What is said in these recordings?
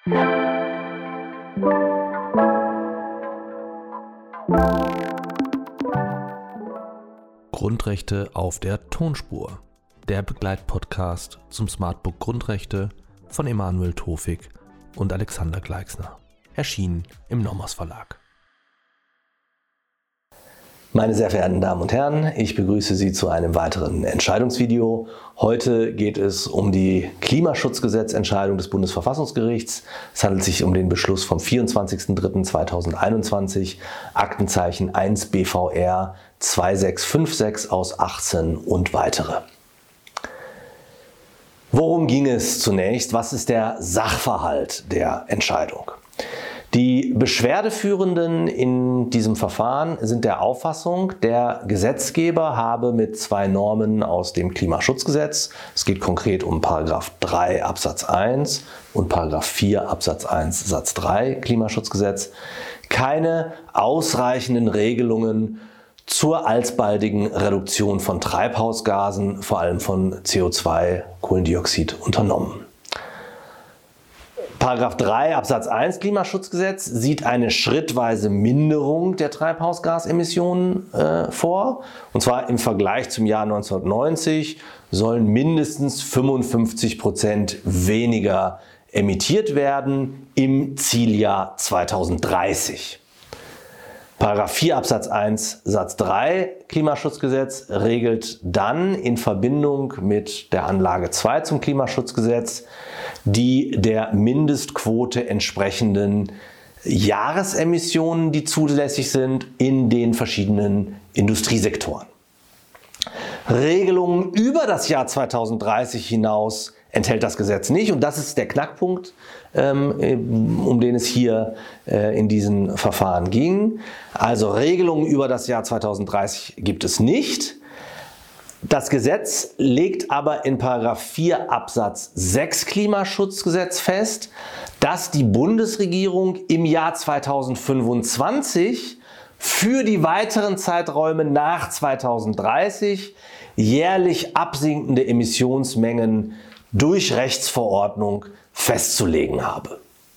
Grundrechte auf der Tonspur. Der Begleitpodcast zum Smartbook Grundrechte von Emanuel Tofik und Alexander Gleixner. Erschienen im Nomos Verlag. Meine sehr verehrten Damen und Herren, ich begrüße Sie zu einem weiteren Entscheidungsvideo. Heute geht es um die Klimaschutzgesetzentscheidung des Bundesverfassungsgerichts. Es handelt sich um den Beschluss vom 24.03.2021, Aktenzeichen 1 BVR 2656 aus 18 und weitere. Worum ging es zunächst? Was ist der Sachverhalt der Entscheidung? Die Beschwerdeführenden in diesem Verfahren sind der Auffassung, der Gesetzgeber habe mit zwei Normen aus dem Klimaschutzgesetz, es geht konkret um § 3 Absatz 1 und § 4 Absatz 1 Satz 3 Klimaschutzgesetz, keine ausreichenden Regelungen zur alsbaldigen Reduktion von Treibhausgasen, vor allem von CO2, Kohlendioxid, unternommen. § 3 Absatz 1 Klimaschutzgesetz sieht eine schrittweise Minderung der Treibhausgasemissionen vor. Und zwar im Vergleich zum Jahr 1990 sollen mindestens 55% weniger emittiert werden im Zieljahr 2030. § 4 Absatz 1 Satz 3 Klimaschutzgesetz regelt dann in Verbindung mit der Anlage 2 zum Klimaschutzgesetz die der Mindestquote entsprechenden Jahresemissionen, die zulässig sind in den verschiedenen Industriesektoren. Regelungen über das Jahr 2030 hinaus enthält das Gesetz nicht, und das ist der Knackpunkt, um den es hier in diesen Verfahren ging. Also Regelungen über das Jahr 2030 gibt es nicht. Das Gesetz legt aber in § 4 Absatz 6 Klimaschutzgesetz fest, dass die Bundesregierung im Jahr 2025 für die weiteren Zeiträume nach 2030 jährlich absinkende Emissionsmengen durch Rechtsverordnung festzulegen habe.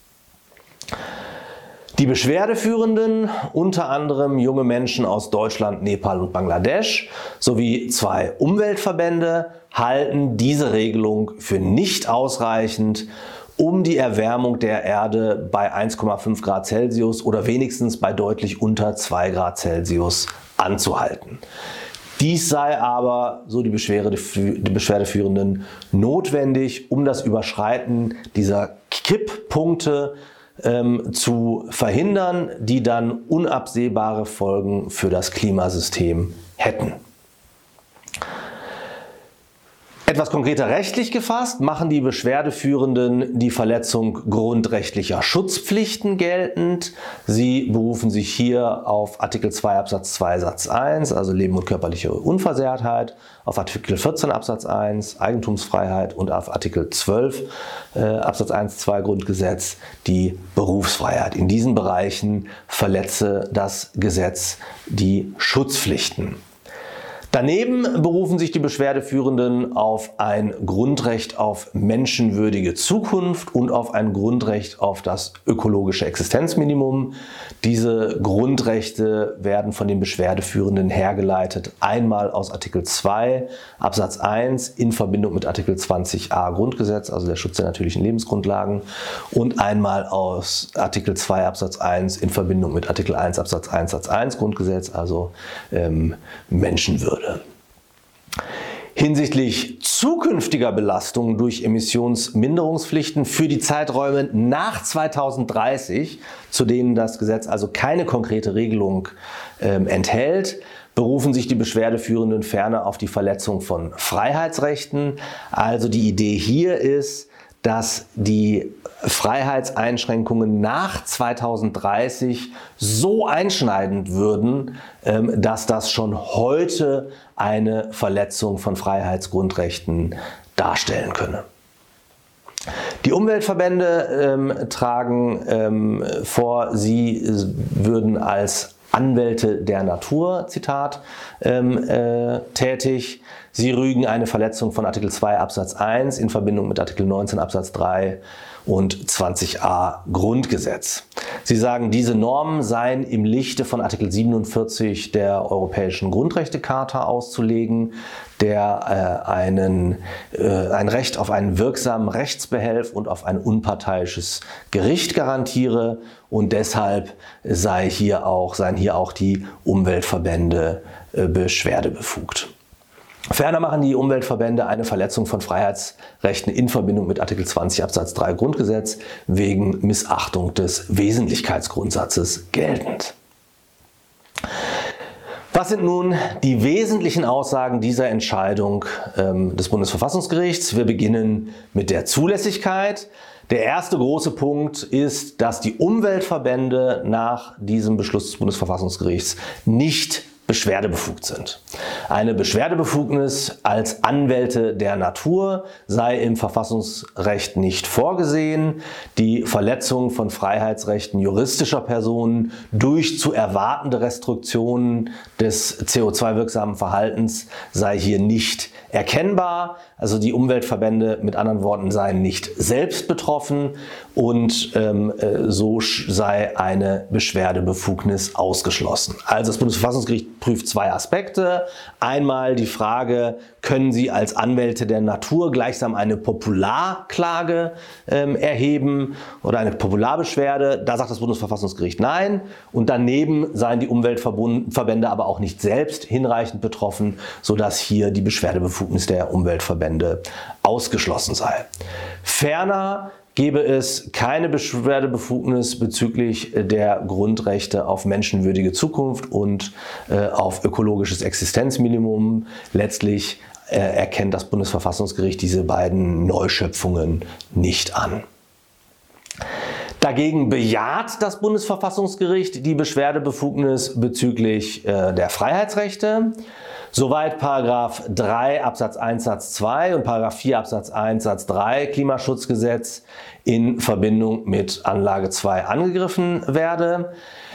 Die Beschwerdeführenden, unter anderem junge Menschen aus Deutschland, Nepal und Bangladesch sowie zwei Umweltverbände, halten diese Regelung für nicht ausreichend, um die Erwärmung der Erde bei 1,5 Grad Celsius oder wenigstens bei deutlich unter 2 Grad Celsius anzuhalten. Dies sei aber, so die Beschwerdeführenden, notwendig, um das Überschreiten dieser Kipppunkte zu verhindern, die dann unabsehbare Folgen für das Klimasystem hätten. Etwas konkreter rechtlich gefasst machen die Beschwerdeführenden die Verletzung grundrechtlicher Schutzpflichten geltend. Sie berufen sich hier auf Artikel 2 Absatz 2 Satz 1, also Leben und körperliche Unversehrtheit, auf Artikel 14 Absatz 1, Eigentumsfreiheit, und auf Artikel 12 Absatz 1, 2 Grundgesetz, die Berufsfreiheit. In diesen Bereichen verletze das Gesetz die Schutzpflichten. Daneben berufen sich die Beschwerdeführenden auf ein Grundrecht auf menschenwürdige Zukunft und auf ein Grundrecht auf das ökologische Existenzminimum. Diese Grundrechte werden von den Beschwerdeführenden hergeleitet, einmal aus Artikel 2 Absatz 1 in Verbindung mit Artikel 20a Grundgesetz, also der Schutz der natürlichen Lebensgrundlagen, und einmal aus Artikel 2 Absatz 1 in Verbindung mit Artikel 1 Absatz 1 Satz 1 Grundgesetz, also Menschenwürde. Hinsichtlich zukünftiger Belastungen durch Emissionsminderungspflichten für die Zeiträume nach 2030, zu denen das Gesetz also keine konkrete Regelung enthält, berufen sich die Beschwerdeführenden ferner auf die Verletzung von Freiheitsrechten. Also die Idee hier ist, dass die Freiheitseinschränkungen nach 2030 so einschneidend würden, dass das schon heute eine Verletzung von Freiheitsgrundrechten darstellen könne. Die Umweltverbände tragen vor, sie würden als Anwälte der Natur, Zitat, tätig. Sie rügen eine Verletzung von Artikel 2 Absatz 1 in Verbindung mit Artikel 19 Absatz 3 und 20a Grundgesetz. Sie sagen, diese Normen seien im Lichte von Artikel 47 der Europäischen Grundrechtecharta auszulegen, der ein Recht auf einen wirksamen Rechtsbehelf und auf ein unparteiisches Gericht garantiere, und deshalb seien hier auch die Umweltverbände beschwerdebefugt. Ferner machen die Umweltverbände eine Verletzung von Freiheitsrechten in Verbindung mit Artikel 20 Absatz 3 Grundgesetz wegen Missachtung des Wesentlichkeitsgrundsatzes geltend. Was sind nun die wesentlichen Aussagen dieser Entscheidung des Bundesverfassungsgerichts? Wir beginnen mit der Zulässigkeit. Der erste große Punkt ist, dass die Umweltverbände nach diesem Beschluss des Bundesverfassungsgerichts nicht beschwerdebefugt sind. Eine Beschwerdebefugnis als Anwälte der Natur sei im Verfassungsrecht nicht vorgesehen. Die Verletzung von Freiheitsrechten juristischer Personen durch zu erwartende Restriktionen des CO2-wirksamen Verhaltens sei hier nicht erkennbar. Also die Umweltverbände mit anderen Worten seien nicht selbst betroffen und so sei eine Beschwerdebefugnis ausgeschlossen. Also das Bundesverfassungsgericht prüft zwei Aspekte. Einmal die Frage, können Sie als Anwälte der Natur gleichsam eine Popularklage erheben oder eine Popularbeschwerde? Da sagt das Bundesverfassungsgericht nein. Und daneben seien die Umweltverbände aber auch nicht selbst hinreichend betroffen, sodass hier die Beschwerdebefugnis der Umweltverbände ausgeschlossen sei. Ferner gebe es keine Beschwerdebefugnis bezüglich der Grundrechte auf menschenwürdige Zukunft und auf ökologisches Existenzminimum. Letztlich erkennt das Bundesverfassungsgericht diese beiden Neuschöpfungen nicht an. Dagegen bejaht das Bundesverfassungsgericht die Beschwerdebefugnis bezüglich der Freiheitsrechte. Soweit § 3 Absatz 1 Satz 2 und § 4 Absatz 1 Satz 3 Klimaschutzgesetz in Verbindung mit Anlage 2 angegriffen werde.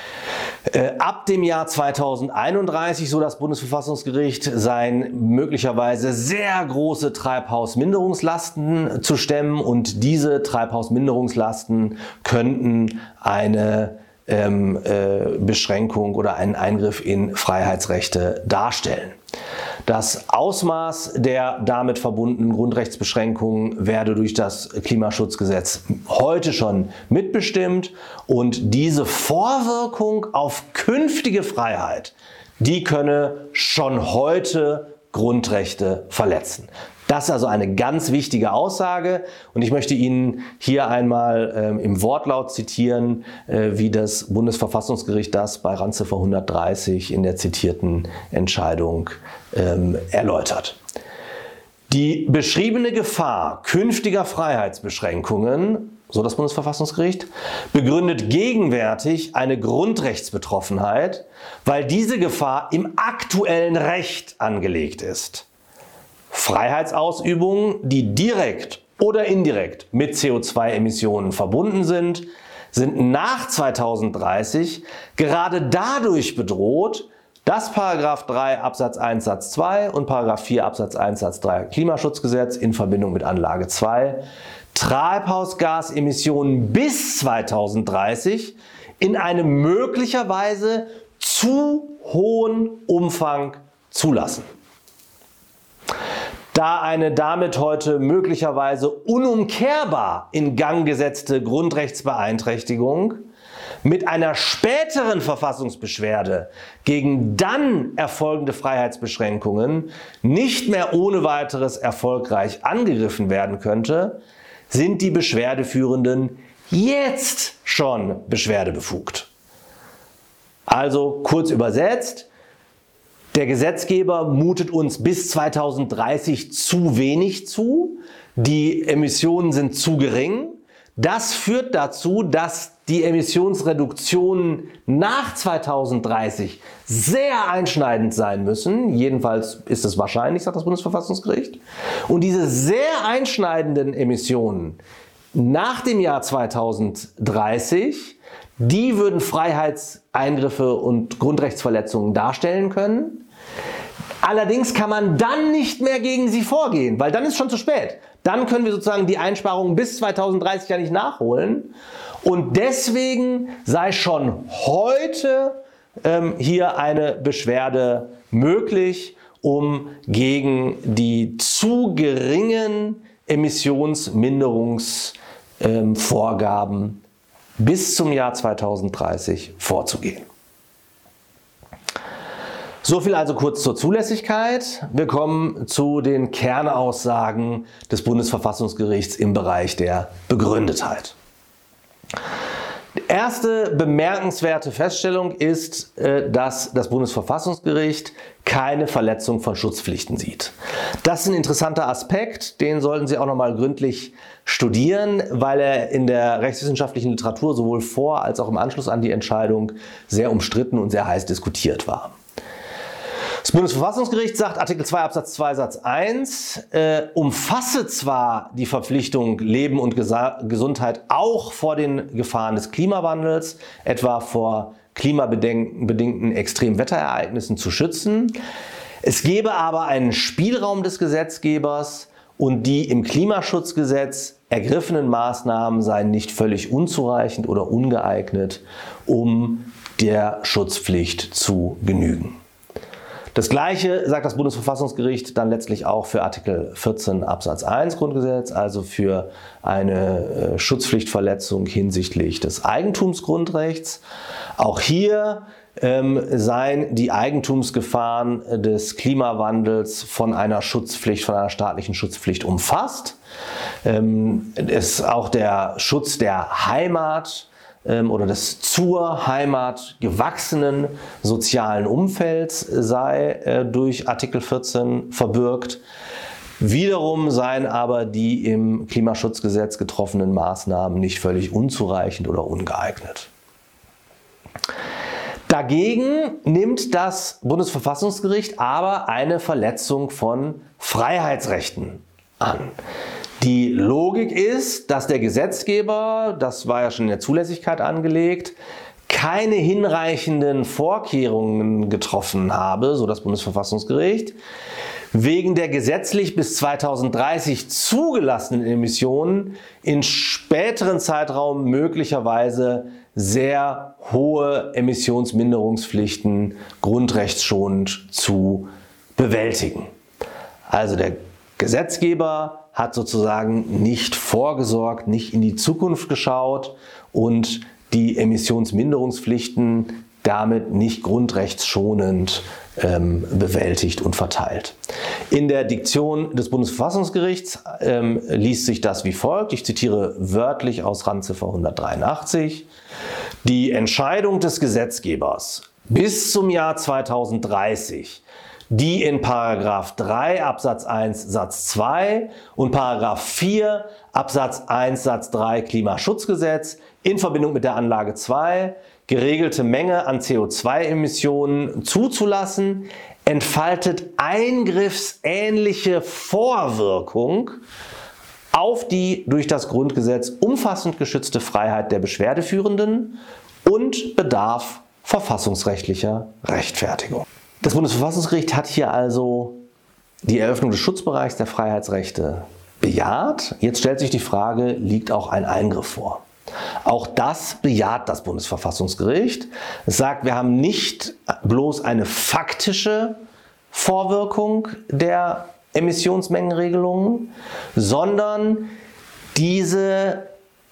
Ab dem Jahr 2031, so das Bundesverfassungsgericht, seien möglicherweise sehr große Treibhausminderungslasten zu stemmen, und diese Treibhausminderungslasten könnten eine Beschränkung oder einen Eingriff in Freiheitsrechte darstellen. Das Ausmaß der damit verbundenen Grundrechtsbeschränkungen werde durch das Klimaschutzgesetz heute schon mitbestimmt, und diese Vorwirkung auf künftige Freiheit, die könne schon heute Grundrechte verletzen. Das ist also eine ganz wichtige Aussage, und ich möchte Ihnen hier einmal im Wortlaut zitieren, wie das Bundesverfassungsgericht das bei Randziffer 130 in der zitierten Entscheidung erläutert. Die beschriebene Gefahr künftiger Freiheitsbeschränkungen, so das Bundesverfassungsgericht, begründet gegenwärtig eine Grundrechtsbetroffenheit, weil diese Gefahr im aktuellen Recht angelegt ist. Freiheitsausübungen, die direkt oder indirekt mit CO2-Emissionen verbunden sind, sind nach 2030 gerade dadurch bedroht, dass § 3 Absatz 1 Satz 2 und § 4 Absatz 1 Satz 3 Klimaschutzgesetz in Verbindung mit Anlage 2 Treibhausgasemissionen bis 2030 in einem möglicherweise zu hohen Umfang zulassen. Da eine damit heute möglicherweise unumkehrbar in Gang gesetzte Grundrechtsbeeinträchtigung mit einer späteren Verfassungsbeschwerde gegen dann erfolgende Freiheitsbeschränkungen nicht mehr ohne weiteres erfolgreich angegriffen werden könnte, sind die Beschwerdeführenden jetzt schon beschwerdebefugt. Also kurz übersetzt: Der Gesetzgeber mutet uns bis 2030 zu wenig zu, die Emissionen sind zu gering. Das führt dazu, dass die Emissionsreduktionen nach 2030 sehr einschneidend sein müssen. Jedenfalls ist es wahrscheinlich, sagt das Bundesverfassungsgericht. Und diese sehr einschneidenden Emissionen nach dem Jahr 2030, die würden Freiheitseingriffe und Grundrechtsverletzungen darstellen können. Allerdings kann man dann nicht mehr gegen sie vorgehen, weil dann ist schon zu spät. Dann können wir sozusagen die Einsparungen bis 2030 ja nicht nachholen. Und deswegen sei schon heute hier eine Beschwerde möglich, um gegen die zu geringen Emissionsminderungsvorgaben bis zum Jahr 2030 vorzugehen. So viel also kurz zur Zulässigkeit. Wir kommen zu den Kernaussagen des Bundesverfassungsgerichts im Bereich der Begründetheit. Die erste bemerkenswerte Feststellung ist, dass das Bundesverfassungsgericht keine Verletzung von Schutzpflichten sieht. Das ist ein interessanter Aspekt, den sollten Sie auch nochmal gründlich studieren, weil er in der rechtswissenschaftlichen Literatur sowohl vor als auch im Anschluss an die Entscheidung sehr umstritten und sehr heiß diskutiert war. Das Bundesverfassungsgericht sagt, Artikel 2 Absatz 2 Satz 1 umfasse zwar die Verpflichtung, Leben und Gesundheit auch vor den Gefahren des Klimawandels, etwa vor klimabedingten Extremwetterereignissen zu schützen. Es gebe aber einen Spielraum des Gesetzgebers und die im Klimaschutzgesetz ergriffenen Maßnahmen seien nicht völlig unzureichend oder ungeeignet, um der Schutzpflicht zu genügen. Das Gleiche sagt das Bundesverfassungsgericht dann letztlich auch für Artikel 14 Absatz 1 Grundgesetz, also für eine Schutzpflichtverletzung hinsichtlich des Eigentumsgrundrechts. Auch hier seien die Eigentumsgefahren des Klimawandels von einer Schutzpflicht, von einer staatlichen Schutzpflicht umfasst. Es auch der Schutz der Heimat oder des zur Heimat gewachsenen sozialen Umfelds sei durch Artikel 14 verbürgt. Wiederum seien aber die im Klimaschutzgesetz getroffenen Maßnahmen nicht völlig unzureichend oder ungeeignet. Dagegen nimmt das Bundesverfassungsgericht aber eine Verletzung von Freiheitsrechten an. Die Logik ist, dass der Gesetzgeber, das war ja schon in der Zulässigkeit angelegt, keine hinreichenden Vorkehrungen getroffen habe, so das Bundesverfassungsgericht, wegen der gesetzlich bis 2030 zugelassenen Emissionen in späteren Zeitraum möglicherweise sehr hohe Emissionsminderungspflichten grundrechtsschonend zu bewältigen. Also der Gesetzgeber hat sozusagen nicht vorgesorgt, nicht in die Zukunft geschaut und die Emissionsminderungspflichten damit nicht grundrechtsschonend bewältigt und verteilt. In der Diktion des Bundesverfassungsgerichts liest sich das wie folgt, ich zitiere wörtlich aus Randziffer 183, die Entscheidung des Gesetzgebers bis zum Jahr 2030, die in § 3 Absatz 1 Satz 2 und § 4 Absatz 1 Satz 3 Klimaschutzgesetz in Verbindung mit der Anlage 2 geregelte Menge an CO2-Emissionen zuzulassen, entfaltet eingriffsähnliche Vorwirkung auf die durch das Grundgesetz umfassend geschützte Freiheit der Beschwerdeführenden und bedarf verfassungsrechtlicher Rechtfertigung. Das Bundesverfassungsgericht hat hier also die Eröffnung des Schutzbereichs der Freiheitsrechte bejaht. Jetzt stellt sich die Frage, liegt auch ein Eingriff vor? Auch das bejaht das Bundesverfassungsgericht. Es sagt, wir haben nicht bloß eine faktische Vorwirkung der Emissionsmengenregelungen, sondern diese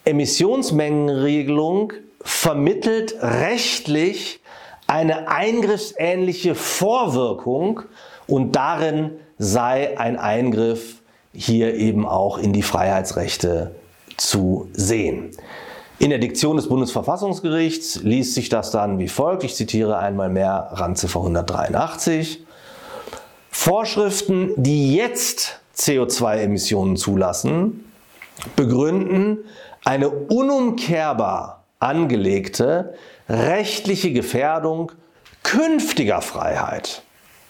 Emissionsmengenregelung vermittelt rechtlich eine eingriffsähnliche Vorwirkung und darin sei ein Eingriff hier eben auch in die Freiheitsrechte zu sehen. In der Diktion des Bundesverfassungsgerichts liest sich das dann wie folgt, ich zitiere einmal mehr Randziffer 183. Vorschriften, die jetzt CO2-Emissionen zulassen, begründen eine unumkehrbar angelegte rechtliche Gefährdung künftiger Freiheit,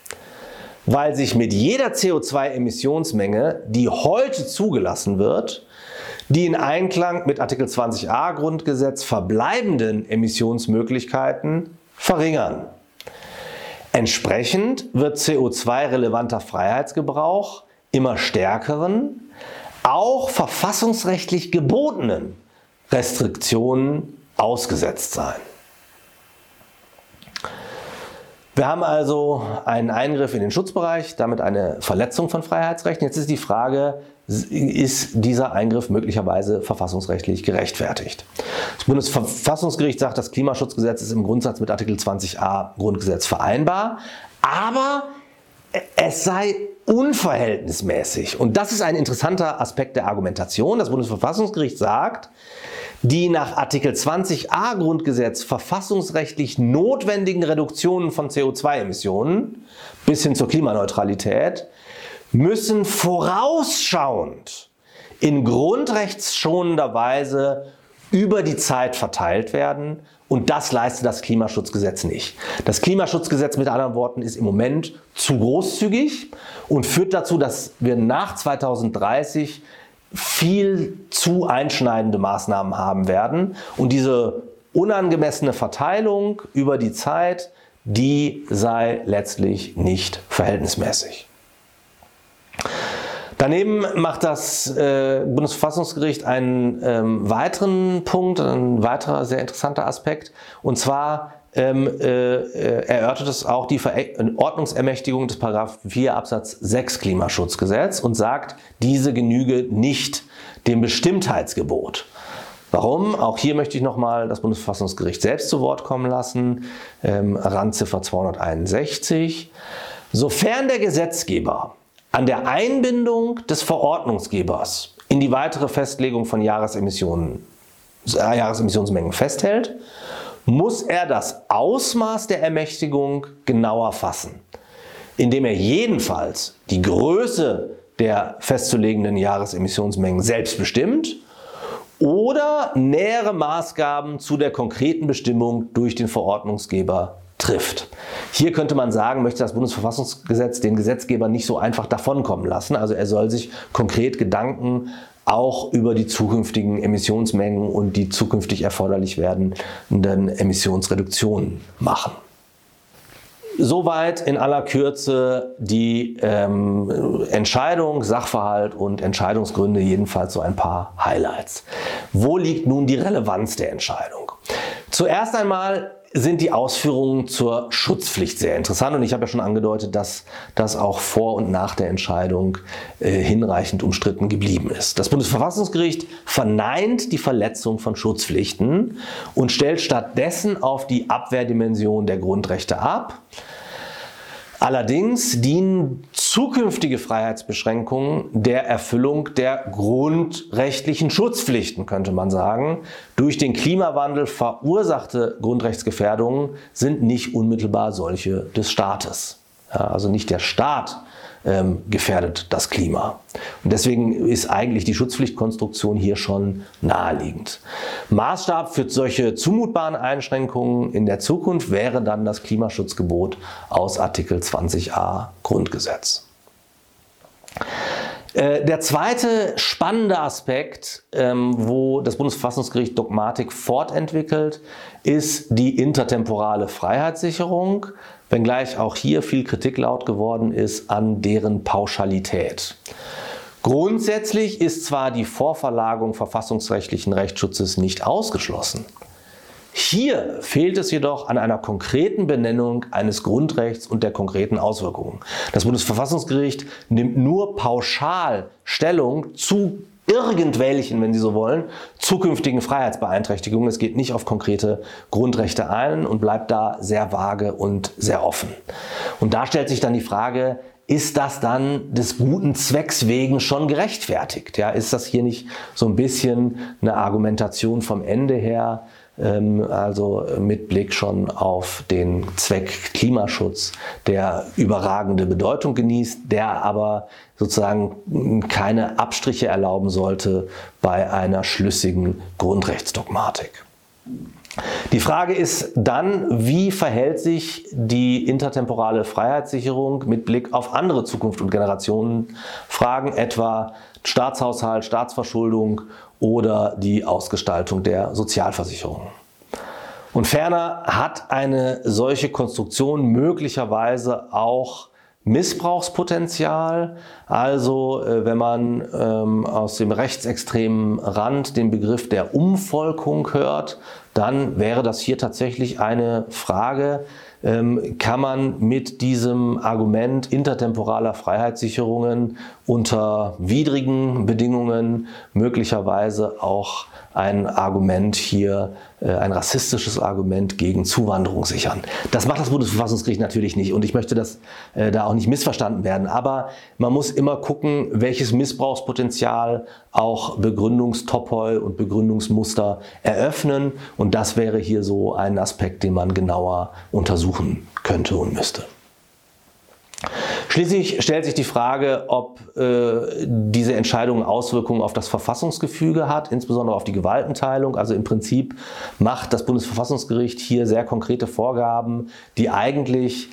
weil sich mit jeder CO2-Emissionsmenge, die heute zugelassen wird, die in Einklang mit Artikel 20a Grundgesetz verbleibenden Emissionsmöglichkeiten verringern. Entsprechend wird CO2-relevanter Freiheitsgebrauch immer stärkeren, auch verfassungsrechtlich gebotenen Restriktionen ausgesetzt sein. Wir haben also einen Eingriff in den Schutzbereich, damit eine Verletzung von Freiheitsrechten. Jetzt ist die Frage, ist dieser Eingriff möglicherweise verfassungsrechtlich gerechtfertigt? Das Bundesverfassungsgericht sagt, das Klimaschutzgesetz ist im Grundsatz mit Artikel 20a Grundgesetz vereinbar, aber es sei unverhältnismäßig. Und das ist ein interessanter Aspekt der Argumentation. Das Bundesverfassungsgericht sagt, die nach Artikel 20a Grundgesetz verfassungsrechtlich notwendigen Reduktionen von CO2-Emissionen bis hin zur Klimaneutralität müssen vorausschauend in grundrechtsschonender Weise über die Zeit verteilt werden, und das leistet das Klimaschutzgesetz nicht. Das Klimaschutzgesetz mit anderen Worten ist im Moment zu großzügig und führt dazu, dass wir nach 2030 viel zu einschneidende Maßnahmen haben werden, und diese unangemessene Verteilung über die Zeit, die sei letztlich nicht verhältnismäßig. Daneben macht das Bundesverfassungsgericht einen weiteren Punkt, ein weiterer sehr interessanter Aspekt, und zwar erörtert es auch die Ordnungsermächtigung des § 4 Absatz 6 Klimaschutzgesetz und sagt, diese genüge nicht dem Bestimmtheitsgebot. Warum? Auch hier möchte ich nochmal das Bundesverfassungsgericht selbst zu Wort kommen lassen. Randziffer 261. Sofern der Gesetzgeber an der Einbindung des Verordnungsgebers in die weitere Festlegung von Jahresemissionsmengen festhält, muss er das Ausmaß der Ermächtigung genauer fassen, indem er jedenfalls die Größe der festzulegenden Jahresemissionsmengen selbst bestimmt oder nähere Maßgaben zu der konkreten Bestimmung durch den Verordnungsgeber trifft. Hier könnte man sagen, möchte das Bundesverfassungsgesetz den Gesetzgeber nicht so einfach davonkommen lassen. Also er soll sich konkret Gedanken auch über die zukünftigen Emissionsmengen und die zukünftig erforderlich werdenden Emissionsreduktionen machen. Soweit in aller Kürze die Entscheidung, Sachverhalt und Entscheidungsgründe, jedenfalls so ein paar Highlights. Wo liegt nun die Relevanz der Entscheidung? Zuerst einmal sind die Ausführungen zur Schutzpflicht sehr interessant, und ich habe ja schon angedeutet, dass das auch vor und nach der Entscheidung hinreichend umstritten geblieben ist. Das Bundesverfassungsgericht verneint die Verletzung von Schutzpflichten und stellt stattdessen auf die Abwehrdimension der Grundrechte ab. Allerdings dienen zukünftige Freiheitsbeschränkungen der Erfüllung der grundrechtlichen Schutzpflichten, könnte man sagen. Durch den Klimawandel verursachte Grundrechtsgefährdungen sind nicht unmittelbar solche des Staates. Ja, also nicht der Staat gefährdet das Klima. Und deswegen ist eigentlich die Schutzpflichtkonstruktion hier schon naheliegend. Maßstab für solche zumutbaren Einschränkungen in der Zukunft wäre dann das Klimaschutzgebot aus Artikel 20a Grundgesetz. Der zweite spannende Aspekt, wo das Bundesverfassungsgericht Dogmatik fortentwickelt, ist die intertemporale Freiheitssicherung, wenngleich auch hier viel Kritik laut geworden ist an deren Pauschalität. Grundsätzlich ist zwar die Vorverlagerung verfassungsrechtlichen Rechtsschutzes nicht ausgeschlossen. Hier fehlt es jedoch an einer konkreten Benennung eines Grundrechts und der konkreten Auswirkungen. Das Bundesverfassungsgericht nimmt nur pauschal Stellung zu irgendwelchen, wenn Sie so wollen, zukünftigen Freiheitsbeeinträchtigungen. Es geht nicht auf konkrete Grundrechte ein und bleibt da sehr vage und sehr offen. Und da stellt sich dann die Frage, ist das dann des guten Zwecks wegen schon gerechtfertigt? Ja, ist das hier nicht so ein bisschen eine Argumentation vom Ende her, also mit Blick schon auf den Zweck Klimaschutz, der überragende Bedeutung genießt, der aber sozusagen keine Abstriche erlauben sollte bei einer schlüssigen Grundrechtsdogmatik. Die Frage ist dann, wie verhält sich die intertemporale Freiheitssicherung mit Blick auf andere Zukunft- und Generationenfragen, etwa Staatshaushalt, Staatsverschuldung oder die Ausgestaltung der Sozialversicherungen. Und ferner hat eine solche Konstruktion möglicherweise auch Missbrauchspotenzial. Also wenn man aus dem rechtsextremen Rand den Begriff der Umvolkung hört, dann wäre das hier tatsächlich eine Frage, kann man mit diesem Argument intertemporaler Freiheitssicherungen unter widrigen Bedingungen möglicherweise auch ein Argument hier, ein rassistisches Argument gegen Zuwanderung sichern. Das macht das Bundesverfassungsgericht natürlich nicht und ich möchte, dass da auch nicht missverstanden werden. Aber man muss immer gucken, welches Missbrauchspotenzial auch Begründungstopoi und Begründungsmuster eröffnen. Und das wäre hier so ein Aspekt, den man genauer untersuchen könnte und müsste. Schließlich stellt sich die Frage, ob diese Entscheidung Auswirkungen auf das Verfassungsgefüge hat, insbesondere auf die Gewaltenteilung. Also im Prinzip macht das Bundesverfassungsgericht hier sehr konkrete Vorgaben, die eigentlich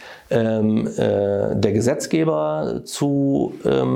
der Gesetzgeber zu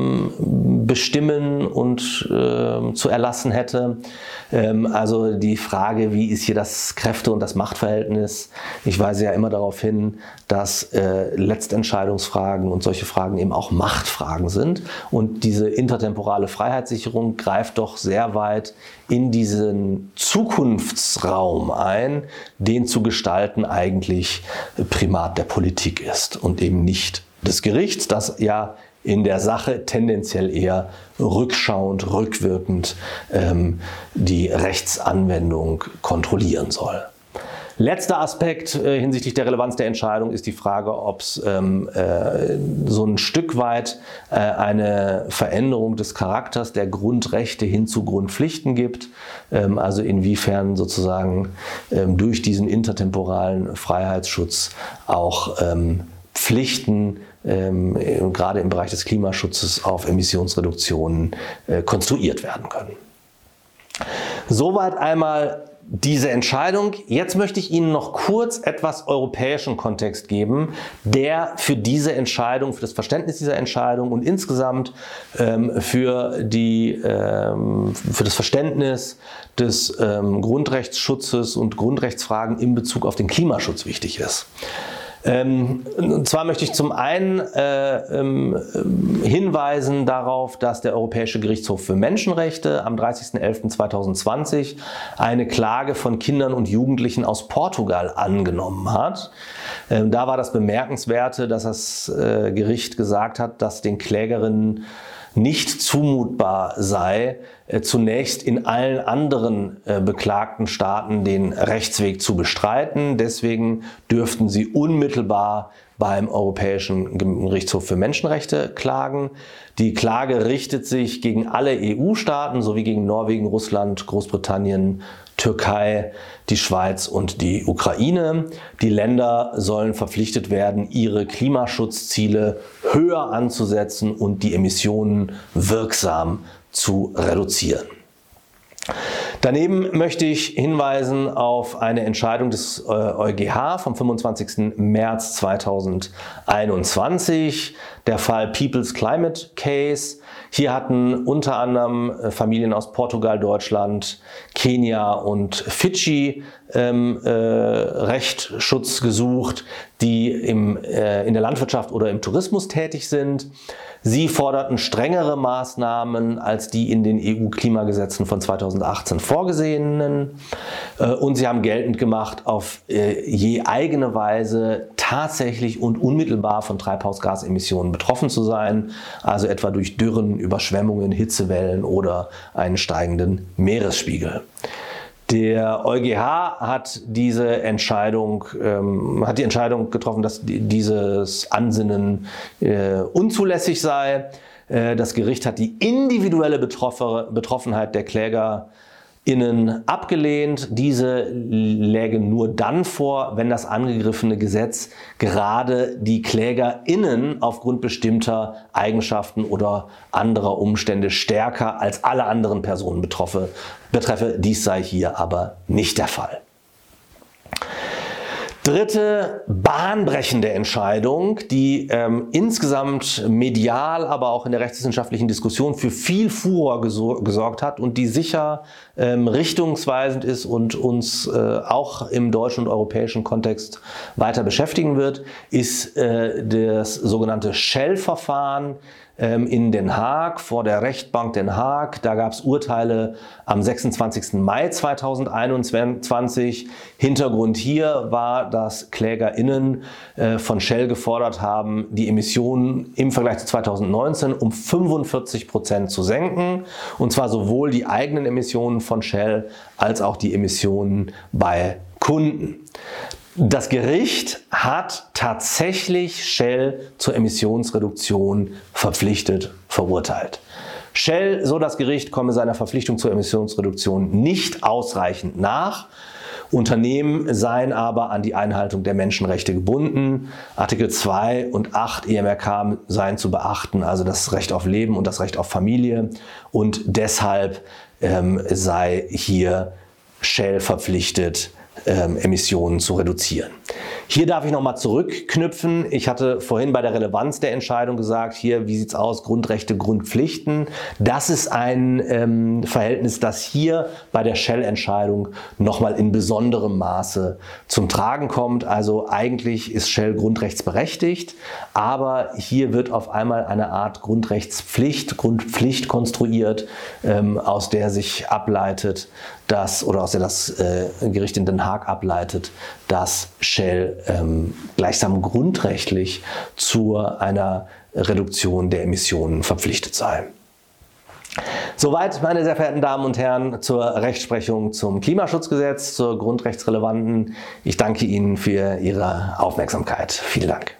bestimmen und zu erlassen hätte. Also die Frage, wie ist hier das Kräfte- und das Machtverhältnis? Ich weise ja immer darauf hin, dass Letztentscheidungsfragen und solche Fragen eben auch Machtfragen sind. Und diese intertemporale Freiheitssicherung greift doch sehr weit in diesen Zukunftsraum ein, den zu gestalten eigentlich Primat der Politik ist und eben nicht des Gerichts, das ja in der Sache tendenziell eher rückschauend, rückwirkend die Rechtsanwendung kontrollieren soll. Letzter Aspekt hinsichtlich der Relevanz der Entscheidung ist die Frage, ob es so ein Stück weit eine Veränderung des Charakters der Grundrechte hin zu Grundpflichten gibt. Also inwiefern sozusagen durch diesen intertemporalen Freiheitsschutz auch Pflichten gerade im Bereich des Klimaschutzes auf Emissionsreduktionen konstruiert werden können. Soweit einmal diese Entscheidung. Jetzt möchte ich Ihnen noch kurz etwas europäischen Kontext geben, der für diese Entscheidung, für das Verständnis dieser Entscheidung und insgesamt für das Verständnis des Grundrechtsschutzes und Grundrechtsfragen in Bezug auf den Klimaschutz wichtig ist. Und zwar möchte ich zum einen hinweisen darauf, dass der Europäische Gerichtshof für Menschenrechte am 30.11.2020 eine Klage von Kindern und Jugendlichen aus Portugal angenommen hat. Da war das Bemerkenswerte, dass das Gericht gesagt hat, dass den Klägerinnen nicht zumutbar sei, zunächst in allen anderen beklagten Staaten den Rechtsweg zu bestreiten. Deswegen dürften sie unmittelbar beim Europäischen Gerichtshof für Menschenrechte klagen. Die Klage richtet sich gegen alle EU-Staaten sowie gegen Norwegen, Russland, Großbritannien, Türkei, die Schweiz und die Ukraine. Die Länder sollen verpflichtet werden, ihre Klimaschutzziele höher anzusetzen und die Emissionen wirksam zu reduzieren. Daneben möchte ich hinweisen auf eine Entscheidung des EuGH vom 25. März 2021, der Fall People's Climate Case. Hier hatten unter anderem Familien aus Portugal, Deutschland, Kenia und Fidschi Rechtsschutz gesucht, die in der Landwirtschaft oder im Tourismus tätig sind. Sie forderten strengere Maßnahmen als die in den EU-Klimagesetzen von 2018 vorgesehenen und sie haben geltend gemacht, auf je eigene Weise tatsächlich und unmittelbar von Treibhausgasemissionen betroffen zu sein, also etwa durch Dürren, Überschwemmungen, Hitzewellen oder einen steigenden Meeresspiegel. Der EuGH hat die Entscheidung getroffen, dass dieses Ansinnen unzulässig sei. Das Gericht hat die individuelle Betroffenheit der KlägerInnen abgelehnt. Diese läge nur dann vor, wenn das angegriffene Gesetz gerade die KlägerInnen aufgrund bestimmter Eigenschaften oder anderer Umstände stärker als alle anderen Personen betreffe. Dies sei hier aber nicht der Fall. Dritte bahnbrechende Entscheidung, die insgesamt medial, aber auch in der rechtswissenschaftlichen Diskussion für viel Furor gesorgt hat und die sicher richtungsweisend ist und uns auch im deutschen und europäischen Kontext weiter beschäftigen wird, ist das sogenannte Shell-Verfahren in Den Haag, vor der Rechtbank Den Haag. Da gab es Urteile am 26. Mai 2021. Hintergrund hier war, dass KlägerInnen von Shell gefordert haben, die Emissionen im Vergleich zu 2019 um 45% zu senken. Und zwar sowohl die eigenen Emissionen von Shell als auch die Emissionen bei Kunden. Das Gericht hat tatsächlich Shell zur Emissionsreduktion verurteilt. Shell, so das Gericht, komme seiner Verpflichtung zur Emissionsreduktion nicht ausreichend nach. Unternehmen seien aber an die Einhaltung der Menschenrechte gebunden. Artikel 2 und 8 EMRK seien zu beachten, also das Recht auf Leben und das Recht auf Familie. Und deshalb sei hier Shell verpflichtet, Emissionen zu reduzieren. Hier darf ich nochmal zurückknüpfen. Ich hatte vorhin bei der Relevanz der Entscheidung gesagt, hier, wie sieht's aus, Grundrechte, Grundpflichten. Das ist ein Verhältnis, das hier bei der Shell-Entscheidung nochmal in besonderem Maße zum Tragen kommt. Also eigentlich ist Shell grundrechtsberechtigt, aber hier wird auf einmal eine Art Grundrechtspflicht konstruiert, aus der sich ableitet, aus der das Gericht in Den Haag ableitet, dass Shell gleichsam grundrechtlich zu einer Reduktion der Emissionen verpflichtet sei. Soweit, meine sehr verehrten Damen und Herren, zur Rechtsprechung zum Klimaschutzgesetz, zur grundrechtsrelevanten. Ich danke Ihnen für Ihre Aufmerksamkeit. Vielen Dank.